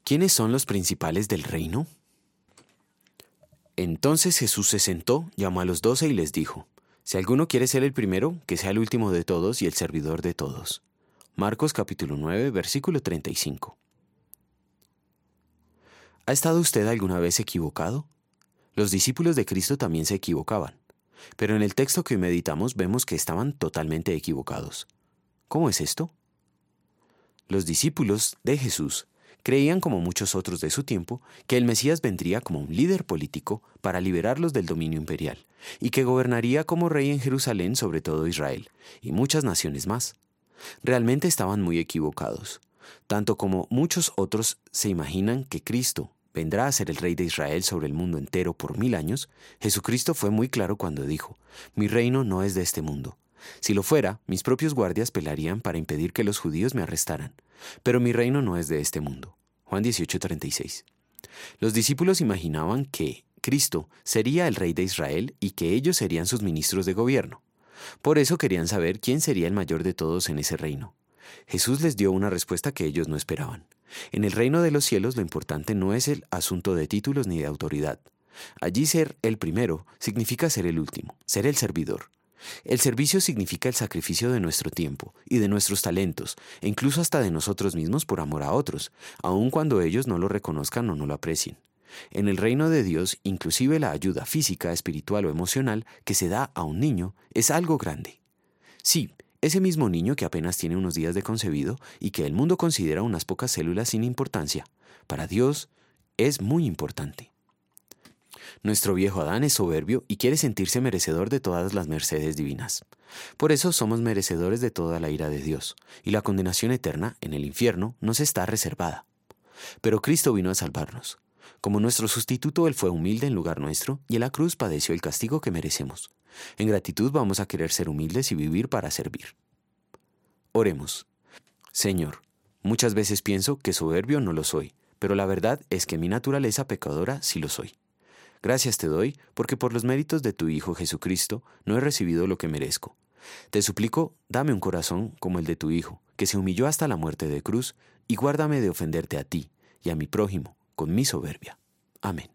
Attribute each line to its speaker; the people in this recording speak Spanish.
Speaker 1: ¿Quiénes son los principales del reino? Entonces Jesús se sentó, llamó a los 12 y les dijo: Si alguno quiere ser el primero, que sea el último de todos y el servidor de todos. Marcos capítulo 9, versículo 35. ¿Ha estado usted alguna vez equivocado? Los discípulos de Cristo también se equivocaban, pero en el texto que hoy meditamos vemos que estaban totalmente equivocados. ¿Cómo es esto? Los discípulos de Jesús creían, como muchos otros de su tiempo, que el Mesías vendría como un líder político para liberarlos del dominio imperial, y que gobernaría como rey en Jerusalén sobre todo Israel, y muchas naciones más. Realmente estaban muy equivocados. Tanto como muchos otros se imaginan que Cristo vendrá a ser el rey de Israel sobre el mundo entero por 1000 años, Jesucristo fue muy claro cuando dijo: Mi reino no es de este mundo. Si lo fuera, mis propios guardias pelearían para impedir que los judíos me arrestaran. Pero mi reino no es de este mundo. Juan 18:36. Los discípulos imaginaban que Cristo sería el rey de Israel y que ellos serían sus ministros de gobierno. Por eso querían saber quién sería el mayor de todos en ese reino. Jesús les dio una respuesta que ellos no esperaban. En el reino de los cielos lo importante no es el asunto de títulos ni de autoridad. Allí ser el primero significa ser el último, ser el servidor. El servicio significa el sacrificio de nuestro tiempo y de nuestros talentos, e incluso hasta de nosotros mismos por amor a otros, aun cuando ellos no lo reconozcan o no lo aprecien. En el reino de Dios, inclusive la ayuda física, espiritual o emocional que se da a un niño es algo grande. Sí, ese mismo niño que apenas tiene unos días de concebido y que el mundo considera unas pocas células sin importancia, para Dios es muy importante. Nuestro viejo Adán es soberbio y quiere sentirse merecedor de todas las mercedes divinas. Por eso somos merecedores de toda la ira de Dios, y la condenación eterna en el infierno nos está reservada. Pero Cristo vino a salvarnos. Como nuestro sustituto, Él fue humilde en lugar nuestro, y en la cruz padeció el castigo que merecemos. En gratitud vamos a querer ser humildes y vivir para servir. Oremos. Señor, muchas veces pienso que soberbio no lo soy, pero la verdad es que mi naturaleza pecadora sí lo soy. Gracias te doy, porque por los méritos de tu Hijo Jesucristo no he recibido lo que merezco. Te suplico, dame un corazón como el de tu Hijo, que se humilló hasta la muerte de cruz, y guárdame de ofenderte a ti y a mi prójimo con mi soberbia. Amén.